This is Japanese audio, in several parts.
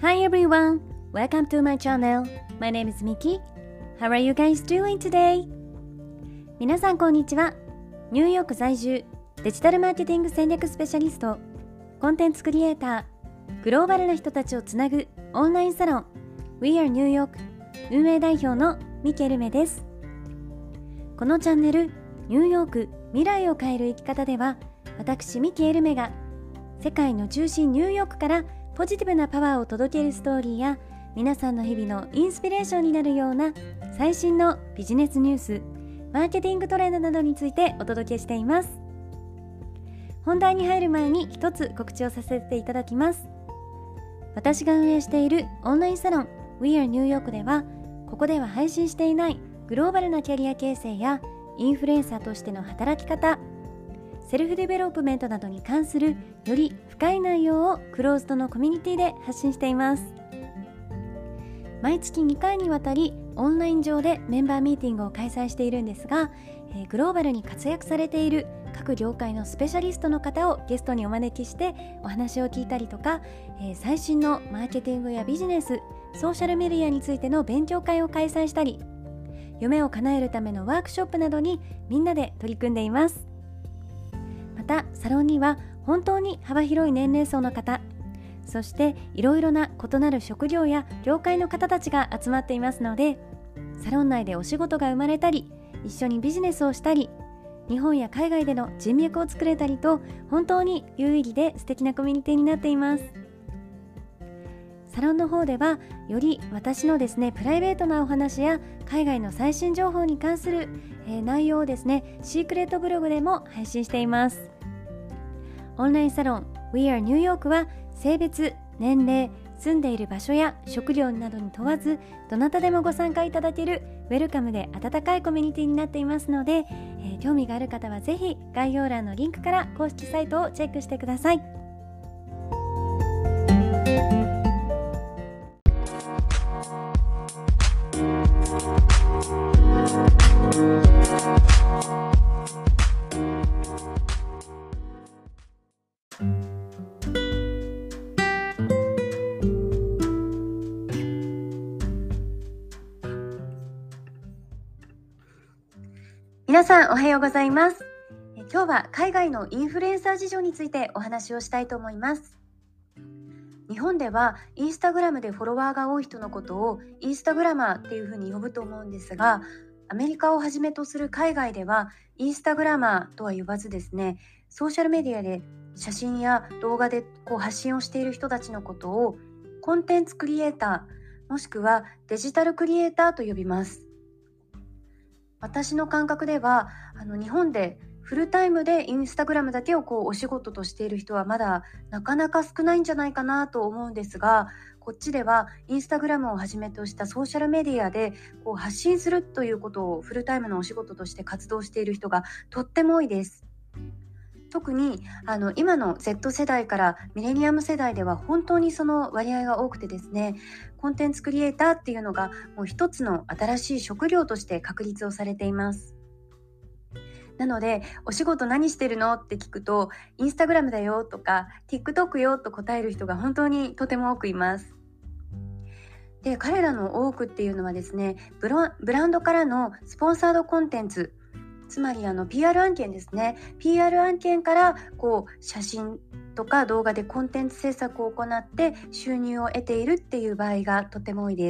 Hi everyone, welcome to my channel. My name is Miki. How are you guys doing today? 皆さんこんにちは。ニューヨーク在住、デジタルマーケティング戦略スペシャリスト、コンテンツクリエイター、グローバルな人たちをつなぐオンラインサロン We are New York 運営代表のミケルメです。このチャンネルニューヨーク未来を変える生き方では、私ミケルメが世界の中心ニューヨークからポジティブなパワーを届けるストーリーや、皆さんの日々のインスピレーションになるような最新のビジネスニュース、マーケティングトレンドなどについてお届けしています。本題に入る前に一つ告知をさせていただきます。私が運営しているオンラインサロン We are New York では、ここでは配信していないグローバルなキャリア形成やインフルエンサーとしての働き方、セルフデベロップメントなどに関するより深い内容をクローズドのコミュニティで発信しています。毎月2回にわたりオンライン上でメンバーミーティングを開催しているんですが、グローバルに活躍されている各業界のスペシャリストの方をゲストにお招きしてお話を聞いたりとか、最新のマーケティングやビジネス、ソーシャルメディアについての勉強会を開催したり、夢を叶えるためのワークショップなどにみんなで取り組んでいます。またサロンには本当に幅広い年齢層の方、そしていろいろな異なる職業や業界の方たちが集まっていますので、サロン内でお仕事が生まれたり、一緒にビジネスをしたり、日本や海外での人脈を作れたりと、本当に有意義で素敵なコミュニティになっています。サロンの方ではより私のですね、プライベートなお話や海外の最新情報に関する、内容をですね、シークレットブログでも配信しています。オンラインサロン We are New York は性別、年齢、住んでいる場所や職業などに問わず、どなたでもご参加いただけるウェルカムで温かいコミュニティになっていますので、興味がある方はぜひ概要欄のリンクから公式サイトをチェックしてください。皆さんおはようございます。今日は海外のインフルエンサー事情についてお話をしたいと思います。日本ではインスタグラムでフォロワーが多い人のことをインスタグラマーっていうふうに呼ぶと思うんですが、アメリカをはじめとする海外ではインスタグラマーとは呼ばずですね、ソーシャルメディアで写真や動画で発信をしている人たちのことをコンテンツクリエイター、もしくはデジタルクリエイターと呼びます。私の感覚では日本でフルタイムでインスタグラムだけをお仕事としている人はまだなかなか少ないんじゃないかなと思うんですが、こっちではインスタグラムをはじめとしたソーシャルメディアで発信するということをフルタイムのお仕事として活動している人がとっても多いです。特に今の Z 世代からミレニアム世代では本当にその割合が多くてですね、コンテンツクリエイターっていうのがもう一つの新しい職業として確立をされています。なのでお仕事何してるのって聞くと、インスタグラムだよとか TikTok よと答える人が本当にとても多くいます。で、彼らの多くっていうのはですね、ブランドからのスポンサードコンテンツ、つまりPR 案件ですね。PR 案件から写真とか動画でコンテンツ制作を行って収入を得ているっていう場合がとても多いです。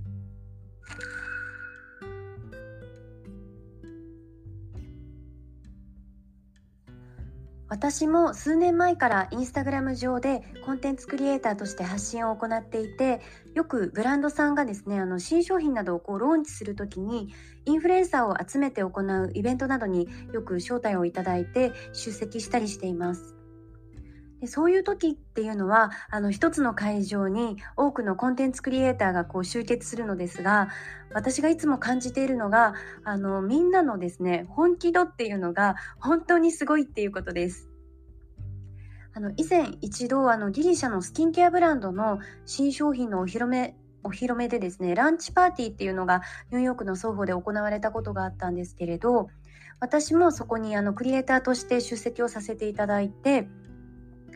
私も数年前からインスタグラム上でコンテンツクリエイターとして発信を行っていて、よくブランドさんがですね、新商品などをローンチするときにインフルエンサーを集めて行うイベントなどによく招待をいただいて出席したりしています。で、そういう時っていうのは一つの会場に多くのコンテンツクリエイターが集結するのですが、私がいつも感じているのがみんなのですね、本気度っていうのが本当にすごいっていうことです。以前一度ギリシャのスキンケアブランドの新商品のお披露目でですね、ランチパーティーっていうのがニューヨークの双方で行われたことがあったんですけれど、私もそこにクリエイターとして出席をさせていただいて、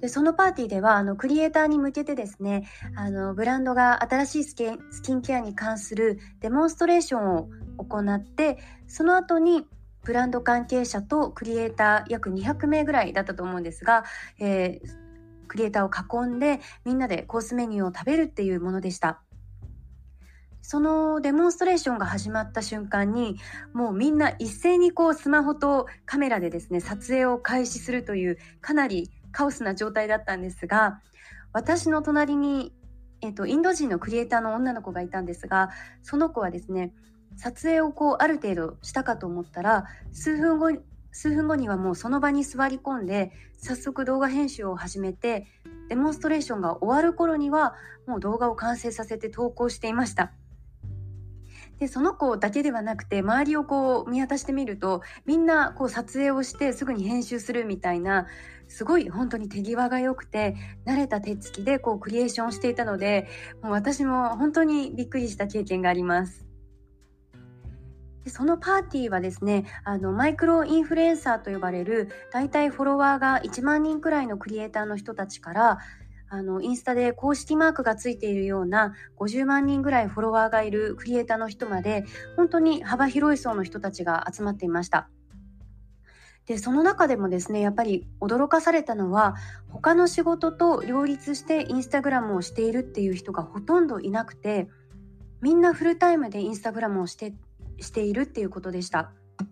でそのパーティーではクリエイターに向けてですね、ブランドが新しいスキンケアに関するデモンストレーションを行って、その後にブランド関係者とクリエイター約200名ぐらいだったと思うんですが、クリエイターを囲んでみんなでコースメニューを食べるっていうものでした。そのデモンストレーションが始まった瞬間に、もうみんな一斉にスマホとカメラでですね、撮影を開始するというかなりカオスな状態だったんですが、私の隣に、インド人のクリエイターの女の子がいたんですが、その子はですね、撮影をある程度したかと思ったら、数分後にはもうその場に座り込んで、早速動画編集を始めて、デモンストレーションが終わる頃にはもう動画を完成させて投稿していました。でその子だけではなくて、周りを見渡してみると、みんな撮影をしてすぐに編集するみたいな、すごい本当に手際が良くて慣れた手つきでクリエーションしていたので、もう私も本当にびっくりした経験があります。でそのパーティーはですね、マイクロインフルエンサーと呼ばれる、だいたいフォロワーが1万人くらいのクリエイターの人たちから、インスタで公式マークがついているような50万人ぐらいフォロワーがいるクリエイターの人まで、本当に幅広い層の人たちが集まっていました。でその中でもですね、やっぱり驚かされたのは、他の仕事と両立してインスタグラムをしているっていう人がほとんどいなくて、みんなフルタイムでインスタグラムをしているっていうことでした。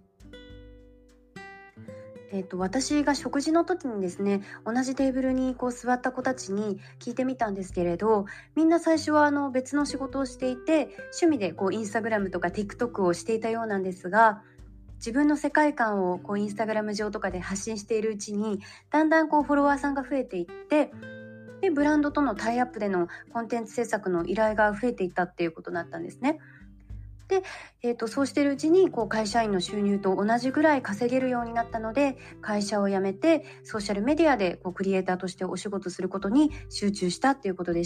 私が食事の時にですね、同じテーブルに座った子たちに聞いてみたんですけれど、みんな最初は別の仕事をしていて、趣味でインスタグラムとか TikTok をしていたようなんですが、自分の世界観をインスタグラム上とかで発信しているうちに、だんだんフォロワーさんが増えていって、でブランドとのタイアップでのコンテンツ制作の依頼が増えていったっていうことだったんですね。で、そうしているうちに会社員の収入と同じぐらい稼げるようになったので、会社を辞めてソーシャルメディアでクリエイターとしてお仕事することに集中したっていうことでした。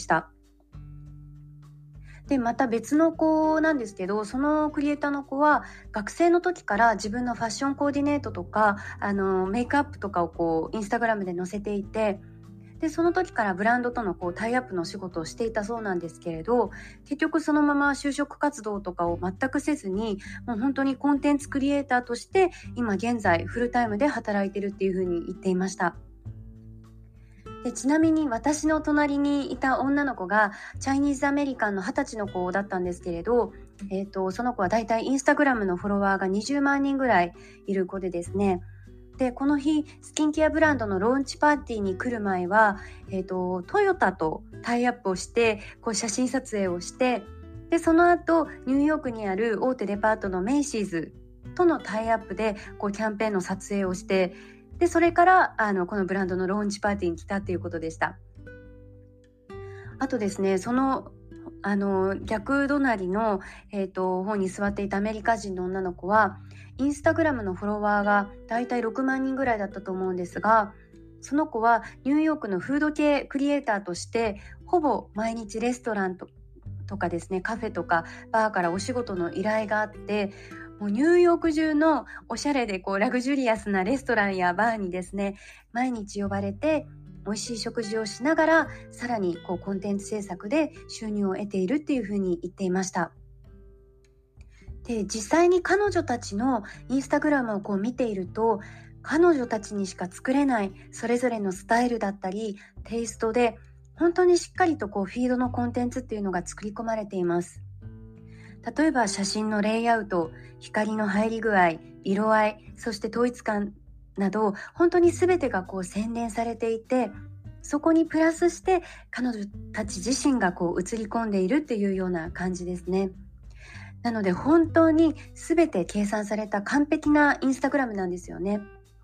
でまた別の子なんですけど、そのクリエイターの子は学生の時から自分のファッションコーディネートとかメイクアップとかをインスタグラムで載せていて、でその時からブランドとのタイアップの仕事をしていたそうなんですけれど、結局そのまま就職活動とかを全くせずに、もう本当にコンテンツクリエイターとして今現在フルタイムで働いているっていうふうに言っていました。でちなみに私の隣にいた女の子がチャイニーズアメリカンの20歳の子だったんですけれど、その子はだいたいインスタグラムのフォロワーが20万人ぐらいいる子でですね、でこの日スキンケアブランドのローンチパーティーに来る前は、トヨタとタイアップをして写真撮影をして、でその後ニューヨークにある大手デパートのメイシーズとのタイアップでキャンペーンの撮影をして、でそれからこのブランドのローンチパーティーに来たということでした。あとですね、その逆隣の、方に座っていたアメリカ人の女の子は、インスタグラムのフォロワーがだいたい6万人ぐらいだったと思うんですが、その子はニューヨークのフード系クリエイターとしてほぼ毎日レストランとかですね、カフェとかバーからお仕事の依頼があって、もうニューヨーク中のおしゃれでラグジュリアスなレストランやバーにですね、毎日呼ばれて美味しい食事をしながら、さらにコンテンツ制作で収入を得ているっていうふうに言っていました。で実際に彼女たちのインスタグラムを見ていると、彼女たちにしか作れないそれぞれのスタイルだったりテイストで、本当にしっかりとフィードのコンテンツっていうのが作り込まれています。例えば写真のレイアウト、光の入り具合、色合い、そして統一感など、本当に全てが洗練されていて、そこにプラスして彼女たち自身が映り込んでいるっていうような感じですね。なので本当に全て計算された完璧なインスタグラムなんですよね。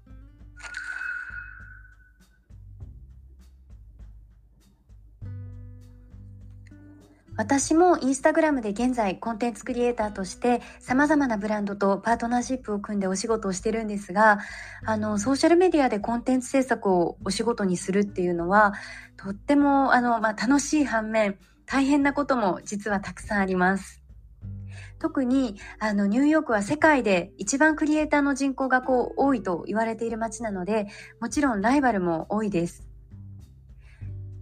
私もインスタグラムで現在コンテンツクリエイターとして様々なブランドとパートナーシップを組んでお仕事をしてるんですが、ソーシャルメディアでコンテンツ制作をお仕事にするっていうのは、とっても楽しい反面大変なことも実はたくさんあります。特にニューヨークは世界で一番クリエイターの人口が多いと言われている街なので、もちろんライバルも多いです。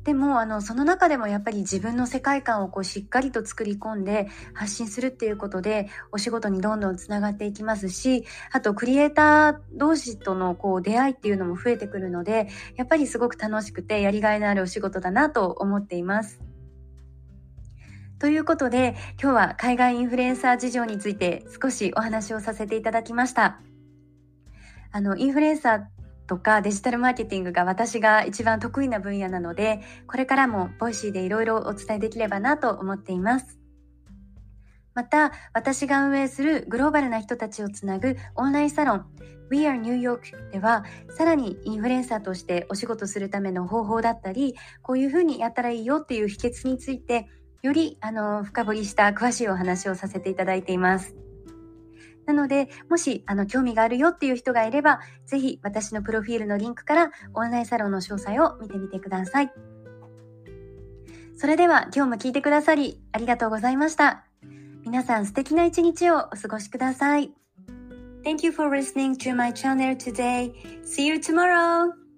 でもその中でもやっぱり自分の世界観をしっかりと作り込んで発信するっていうことでお仕事にどんどんつながっていきますし、あとクリエイター同士との出会いっていうのも増えてくるので、やっぱりすごく楽しくてやりがいのあるお仕事だなと思っています。ということで、今日は海外インフルエンサー事情について少しお話をさせていただきました。インフルエンサーとかデジタルマーケティングが私が一番得意な分野なので、これからもボイシーでいろいろお伝えできればなと思っています。また、私が運営するグローバルな人たちをつなぐオンラインサロン We are New York では、さらにインフルエンサーとしてお仕事するための方法だったり、こういうふうにやったらいいよっていう秘訣について、より深掘りした詳しいお話をさせていただいています。なので、もし興味があるよっていう人がいれば、ぜひ私のプロフィールのリンクからオンラインサロンの詳細を見てみてください。それでは今日も聞いてくださりありがとうございました。皆さん素敵な一日をお過ごしください。Thank you for listening to my channel today. See you tomorrow!